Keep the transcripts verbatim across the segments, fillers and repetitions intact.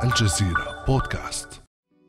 الجزيرة بودكاست.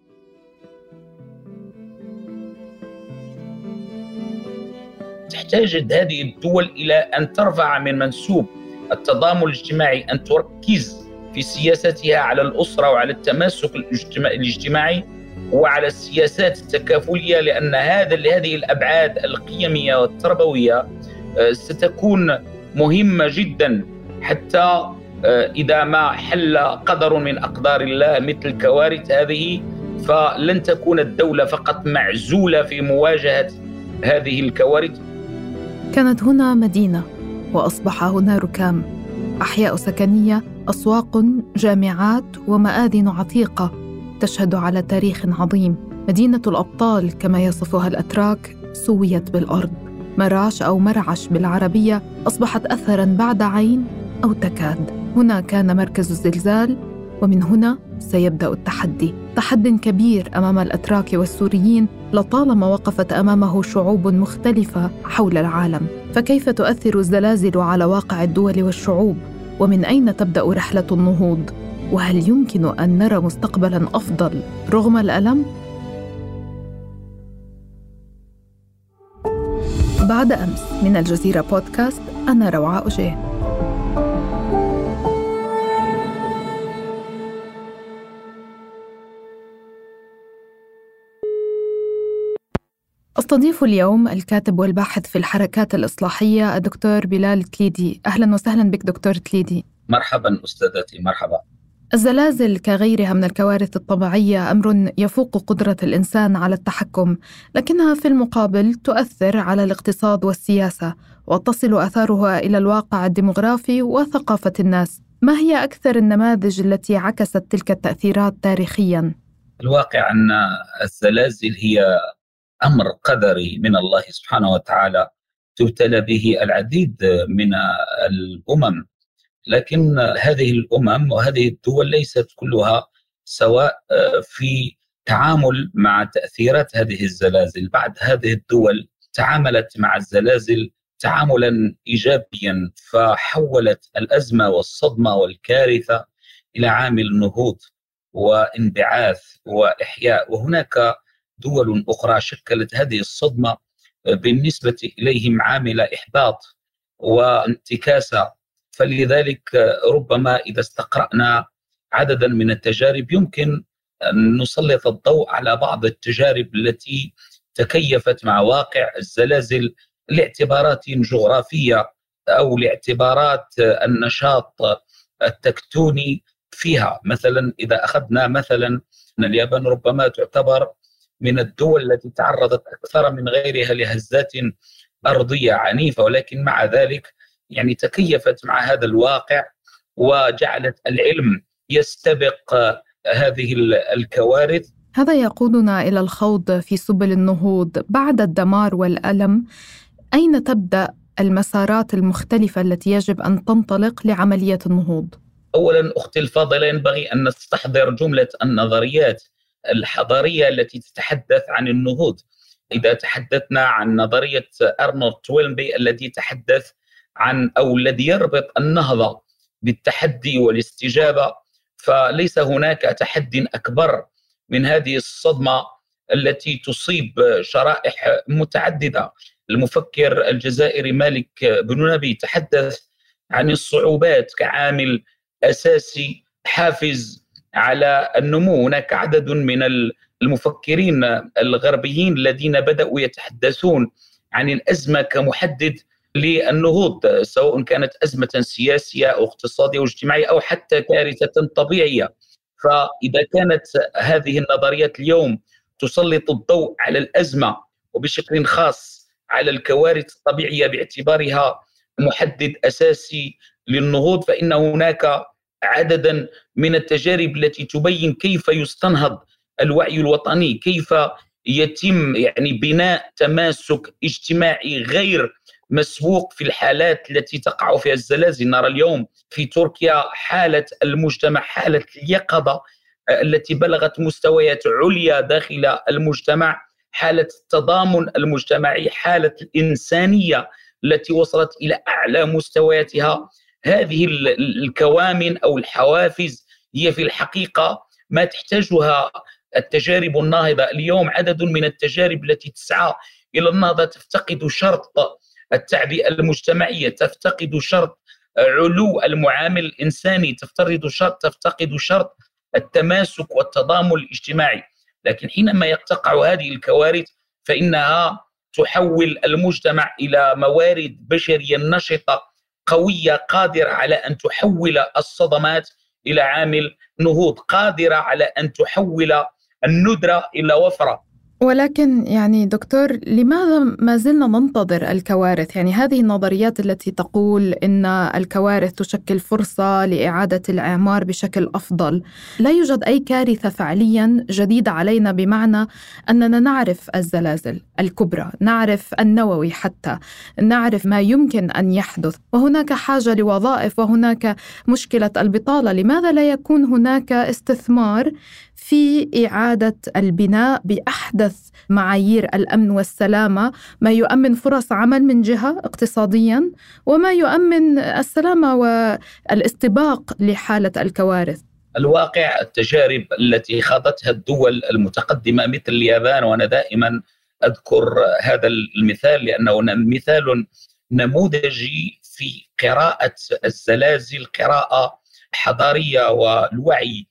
تحتاج هذه الدول إلى أن ترفع من منسوب التضامن الاجتماعي، أن تركز في سياستها على الأسرة وعلى التماسك الاجتماعي وعلى السياسات التكافلية، لأن هذا هذه الأبعاد القيمية والتربوية ستكون مهمة جدا، حتى إذا ما حل قدر من أقدار الله مثل الكوارث هذه، فلن تكون الدولة فقط معزولة في مواجهة هذه الكوارث. كانت هنا مدينة وأصبح هنا ركام، أحياء سكنية، أسواق، جامعات ومآذن عتيقة تشهد على تاريخ عظيم. مدينة الأبطال كما يصفها الأتراك سويت بالأرض. مراش أو مرعش بالعربية أصبحت أثراً بعد عين أو تكاد. هنا كان مركز الزلزال، ومن هنا سيبدأ التحدي، تحد كبير أمام الأتراك والسوريين لطالما وقفت أمامه شعوب مختلفة حول العالم. فكيف تؤثر الزلازل على واقع الدول والشعوب؟ ومن أين تبدأ رحلة النهوض؟ وهل يمكن أن نرى مستقبلاً أفضل رغم الألم؟ بعد أمس من الجزيرة بودكاست، أنا روعاء جيه. أستضيف اليوم الكاتب والباحث في الحركات الإصلاحية الدكتور بلال تليدي. أهلاً وسهلاً بك دكتور تليدي. مرحباً أستاذتي، مرحبا. الزلازل كغيرها من الكوارث الطبيعية أمر يفوق قدرة الإنسان على التحكم، لكنها في المقابل تؤثر على الاقتصاد والسياسة، وتصل آثارها إلى الواقع الديمغرافي وثقافة الناس. ما هي أكثر النماذج التي عكست تلك التأثيرات تاريخياً؟ الواقع أن الزلازل هي أمر قدري من الله سبحانه وتعالى تبتلى به العديد من الأمم، لكن هذه الأمم وهذه الدول ليست كلها سواء في تعامل مع تأثيرات هذه الزلازل. بعض هذه الدول تعاملت مع الزلازل تعاملا إيجابيا، فحولت الأزمة والصدمة والكارثة إلى عامل نهوض وانبعاث وإحياء، وهناك دول أخرى شكلت هذه الصدمة بالنسبة إليهم عامل إحباط وانتكاسة. فلذلك ربما إذا استقرأنا عددا من التجارب يمكن أن نسلط الضوء على بعض التجارب التي تكيفت مع واقع الزلازل لاعتبارات جغرافية أو لاعتبارات النشاط التكتوني فيها. مثلا إذا أخذنا مثلا اليابان، ربما تعتبر من الدول التي تعرضت أكثر من غيرها لهزات أرضية عنيفة، ولكن مع ذلك يعني تكيفت مع هذا الواقع وجعلت العلم يستبق هذه الكوارث. هذا يقودنا إلى الخوض في سبل النهوض. بعد الدمار والألم، أين تبدأ المسارات المختلفة التي يجب أن تنطلق لعملية النهوض؟ أولاً أختي الفاضلة، ينبغي أن نستحضر جملة النظريات الحضارية التي تتحدث عن النهوض. إذا تحدثنا عن نظرية أرنولد توينبي الذي تحدث عن أو الذي يربط النهضة بالتحدي والاستجابة، فليس هناك تحدي أكبر من هذه الصدمة التي تصيب شرائح متعددة. المفكر الجزائري مالك بن نبي تحدث عن الصعوبات كعامل أساسي حافز على النمو. هناك عدد من المفكرين الغربيين الذين بدأوا يتحدثون عن الأزمة كمحدد للنهوض، سواء كانت أزمة سياسية أو اقتصادية أو اجتماعية أو حتى كارثة طبيعية. فإذا كانت هذه النظريات اليوم تسلط الضوء على الأزمة وبشكل خاص على الكوارث الطبيعية باعتبارها محدد أساسي للنهوض، فإن هناك عددا من التجارب التي تبين كيف يستنهض الوعي الوطني، كيف يتم يعني بناء تماسك اجتماعي غير مسبوق في الحالات التي تقع فيها الزلازل. نرى اليوم في تركيا حالة المجتمع، حالة اليقظة التي بلغت مستويات عليا داخل المجتمع، حالة التضامن المجتمعي، حالة الإنسانية التي وصلت إلى أعلى مستوياتها. هذه الكوامن أو الحوافز هي في الحقيقة ما تحتاجها التجارب الناهضة. اليوم عدد من التجارب التي تسعى إلى النهضة تفتقد شرط التعبئة المجتمعية، تفتقد شرط علو المعامل الإنساني، تفترض شرط تفتقد شرط التماسك والتضامن الاجتماعي. لكن حينما يقتقع هذه الكوارث فإنها تحول المجتمع إلى موارد بشرية نشطة قوية قادرة على أن تحول الصدمات إلى عامل نهوض، قادرة على أن تحول الندرة إلى وفرة. ولكن يعني دكتور، لماذا ما زلنا ننتظر الكوارث؟ يعني هذه النظريات التي تقول إن الكوارث تشكل فرصة لإعادة الإعمار بشكل أفضل، لا يوجد أي كارثة فعليا جديدة علينا، بمعنى أننا نعرف الزلازل الكبرى، نعرف النووي، حتى نعرف ما يمكن أن يحدث، وهناك حاجة لوظائف، وهناك مشكلة البطالة. لماذا لا يكون هناك استثمار في إعادة البناء بأحدث معايير الأمن والسلامة، ما يؤمن فرص عمل من جهة اقتصاديا، وما يؤمن السلامة والاستباق لحالة الكوارث؟ الواقع التجارب التي خاضتها الدول المتقدمة مثل اليابان، وأنا دائما أذكر هذا المثال لأنه مثال نموذجي في قراءة الزلازل، قراءة حضارية والوعي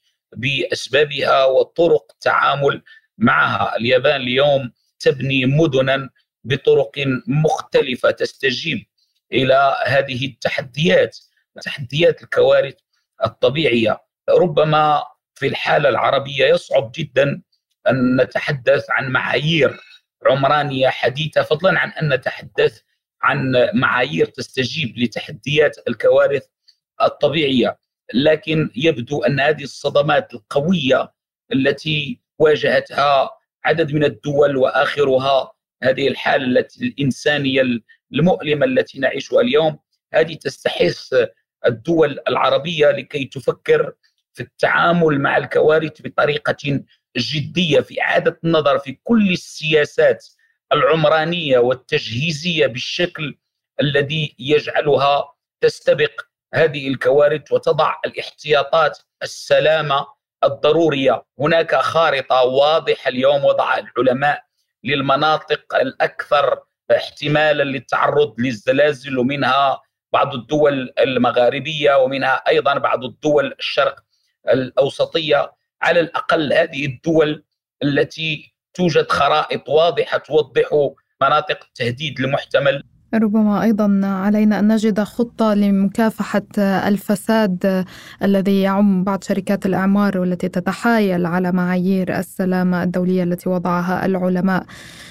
بأسبابها وطرق التعامل معها. اليابان اليوم تبني مدنا بطرق مختلفة تستجيب إلى هذه التحديات، تحديات الكوارث الطبيعية. ربما في الحالة العربية يصعب جدا أن نتحدث عن معايير عمرانية حديثة، فضلا عن أن نتحدث عن معايير تستجيب لتحديات الكوارث الطبيعية. لكن يبدو أن هذه الصدمات القوية التي واجهتها عدد من الدول، وآخرها هذه الحالة الإنسانية المؤلمة التي نعيشها اليوم، هذه تستحث الدول العربية لكي تفكر في التعامل مع الكوارث بطريقة جدية، في إعادة النظر في كل السياسات العمرانية والتجهيزية بالشكل الذي يجعلها تستبق هذه الكوارث وتضع الاحتياطات السلامة الضرورية. هناك خارطة واضحة اليوم وضعها العلماء للمناطق الأكثر احتمالا للتعرض للزلازل، ومنها بعض الدول المغاربية ومنها أيضا بعض الدول الشرق الأوسطية. على الأقل هذه الدول التي توجد خرائط واضحة توضح مناطق التهديد المحتمل. ربما أيضا علينا أن نجد خطة لمكافحة الفساد الذي يعم بعض شركات الإعمار والتي تتحايل على معايير السلامة الدولية التي وضعها العلماء.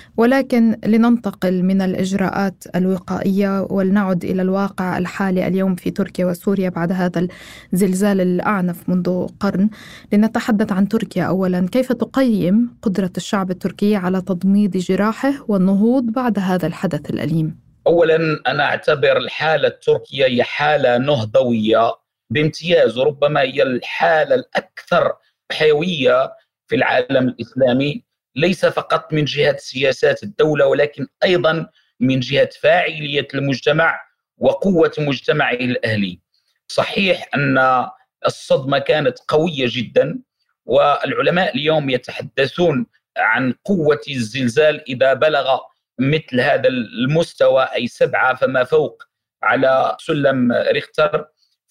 ولكن لننتقل من الإجراءات الوقائية ولنعد إلى الواقع الحالي اليوم في تركيا وسوريا بعد هذا الزلزال الأعنف منذ قرن. لنتحدث عن تركيا أولا، كيف تقيم قدرة الشعب التركي على تضميد جراحه والنهوض بعد هذا الحدث الأليم؟ أولا أنا أعتبر الحالة التركية هي حالة نهضوية بامتياز، وربما هي الحالة الأكثر حيوية في العالم الإسلامي، ليس فقط من جهة سياسات الدولة ولكن أيضا من جهة فاعلية المجتمع وقوة مجتمعه الأهلي. صحيح أن الصدمة كانت قوية جدا، والعلماء اليوم يتحدثون عن قوة الزلزال إذا بلغ مثل هذا المستوى، أي سبعة فما فوق على سلم ريختر،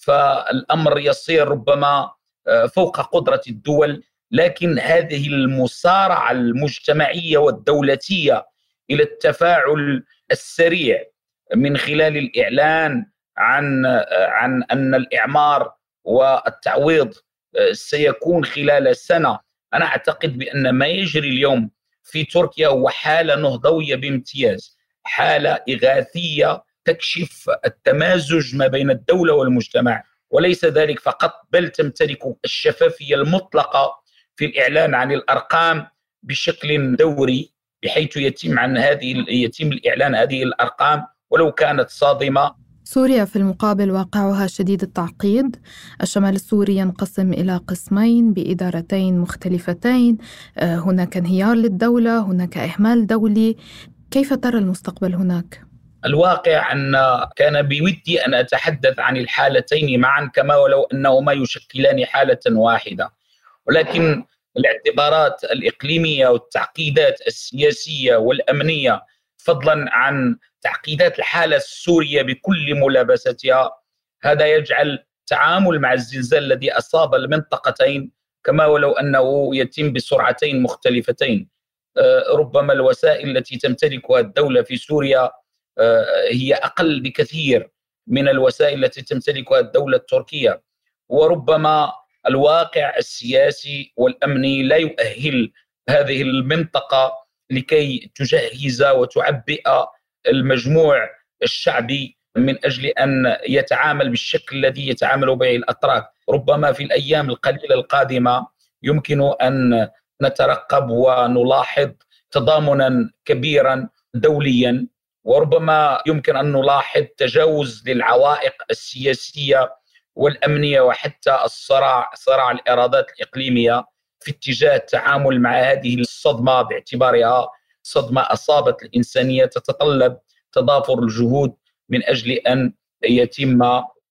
فالأمر يصير ربما فوق قدرة الدول. لكن هذه المصارعة المجتمعية والدولتية إلى التفاعل السريع من خلال الإعلان عن عن أن الإعمار والتعويض سيكون خلال سنة، أنا أعتقد بأن ما يجري اليوم في تركيا هو حالة نهضوية بامتياز، حالة إغاثية تكشف التمازج ما بين الدولة والمجتمع، وليس ذلك فقط بل تمتلك الشفافية المطلقة في الإعلان عن الأرقام بشكل دوري، بحيث يتم عن هذه يتم الإعلان هذه الأرقام ولو كانت صادمة. سوريا في المقابل واقعها شديد التعقيد. الشمال السوري ينقسم إلى قسمين بإدارتين مختلفتين، هناك انهيار للدولة، هناك إهمال دولي. كيف ترى المستقبل هناك؟ الواقع أن كان بودي أن أتحدث عن الحالتين معا كما ولو أنهما يشكلان حالة واحدة، ولكن الاعتبارات الإقليمية والتعقيدات السياسية والأمنية، فضلا عن تعقيدات الحالة السورية بكل ملابستها، هذا يجعل التعامل مع الزلزال الذي أصاب المنطقتين كما ولو أنه يتم بسرعتين مختلفتين. ربما الوسائل التي تمتلكها الدولة في سوريا هي أقل بكثير من الوسائل التي تمتلكها الدولة التركية، وربما الواقع السياسي والأمني لا يؤهل هذه المنطقة لكي تجهز وتعبئ المجموع الشعبي من أجل أن يتعامل بالشكل الذي يتعامل به الأتراك. ربما في الأيام القليلة القادمة يمكن أن نترقب ونلاحظ تضامنا كبيرا دوليا، وربما يمكن أن نلاحظ تجاوز للعوائق السياسية والأمنية وحتى الصراع صراع الإرادات الإقليمية في اتجاه التعامل مع هذه الصدمة، باعتبارها صدمة أصابت الإنسانية تتطلب تضافر الجهود من أجل أن يتم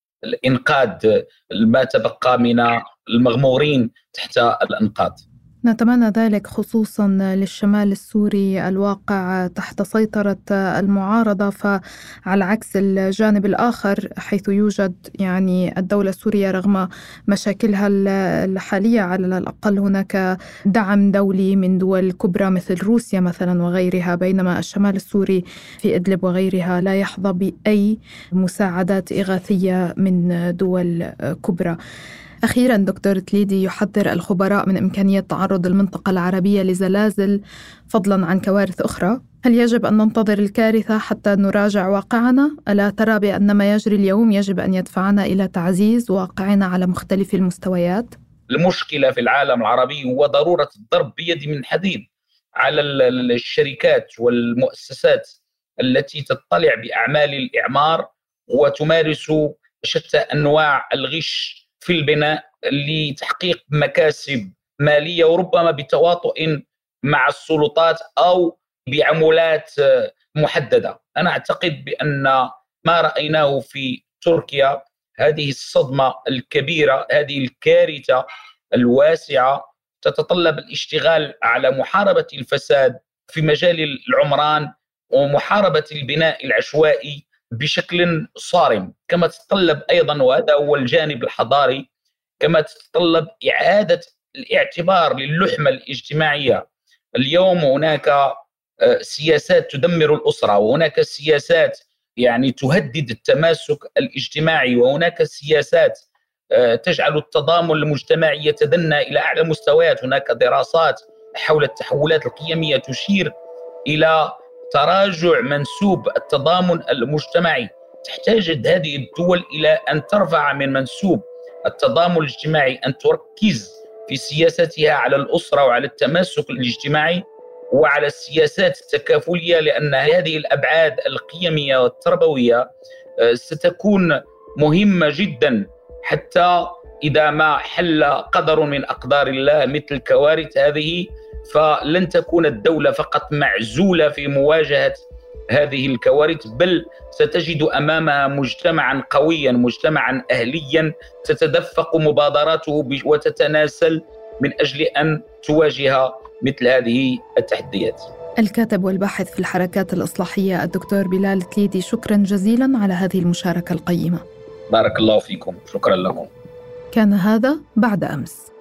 الإنقاذ ما تبقى من المغمورين تحت الأنقاض. نتمنى ذلك خصوصا للشمال السوري الواقع تحت سيطرة المعارضة، فعلى عكس الجانب الآخر حيث يوجد يعني الدولة السورية رغم مشاكلها الحالية على الأقل هناك دعم دولي من دول كبرى مثل روسيا مثلا وغيرها، بينما الشمال السوري في إدلب وغيرها لا يحظى بأي مساعدات إغاثية من دول كبرى. أخيراً دكتور تليدي، يحذر الخبراء من إمكانية تعرض المنطقة العربية لزلازل فضلاً عن كوارث أخرى. هل يجب أن ننتظر الكارثة حتى نراجع واقعنا؟ ألا ترى بأن ما يجري اليوم يجب أن يدفعنا إلى تعزيز واقعنا على مختلف المستويات؟ المشكلة في العالم العربي هو ضرورة الضرب بيد من حديد على الشركات والمؤسسات التي تطلع بأعمال الإعمار وتمارس شتى أنواع الغش في البناء لتحقيق مكاسب مالية، وربما بتواطؤ مع السلطات أو بعمولات محددة. أنا أعتقد بأن ما رأيناه في تركيا، هذه الصدمة الكبيرة، هذه الكارثة الواسعة، تتطلب الاشتغال على محاربة الفساد في مجال العمران ومحاربة البناء العشوائي بشكل صارم، كما تتطلب أيضا، وهذا هو الجانب الحضاري، كما تتطلب إعادة الاعتبار للحمة الاجتماعية. اليوم هناك سياسات تدمر الأسرة، وهناك سياسات يعني تهدد التماسك الاجتماعي، وهناك سياسات تجعل التضامن المجتمعي يتدنى إلى أعلى مستويات. هناك دراسات حول التحولات القيمية تشير إلى تراجع منسوب التضامن المجتمعي. تحتاج هذه الدول إلى أن ترفع من منسوب التضامن الاجتماعي، أن تركز في سياستها على الأسرة وعلى التماسك الاجتماعي وعلى السياسات التكافلية، لأن هذه الأبعاد القيمية والتربوية ستكون مهمة جدا حتى إذا ما حل قدر من أقدار الله مثل الكوارث هذه، فلن تكون الدولة فقط معزولة في مواجهة هذه الكوارث، بل ستجد أمامها مجتمعا قويا، مجتمعا أهليا تتدفق مبادراته وتتناسل من أجل أن تواجه مثل هذه التحديات. الكاتب والباحث في الحركات الإصلاحية الدكتور بلال تليدي، شكرا جزيلا على هذه المشاركة القيمة. بارك الله فيكم، شكرا لكم. كان هذا بعد أمس.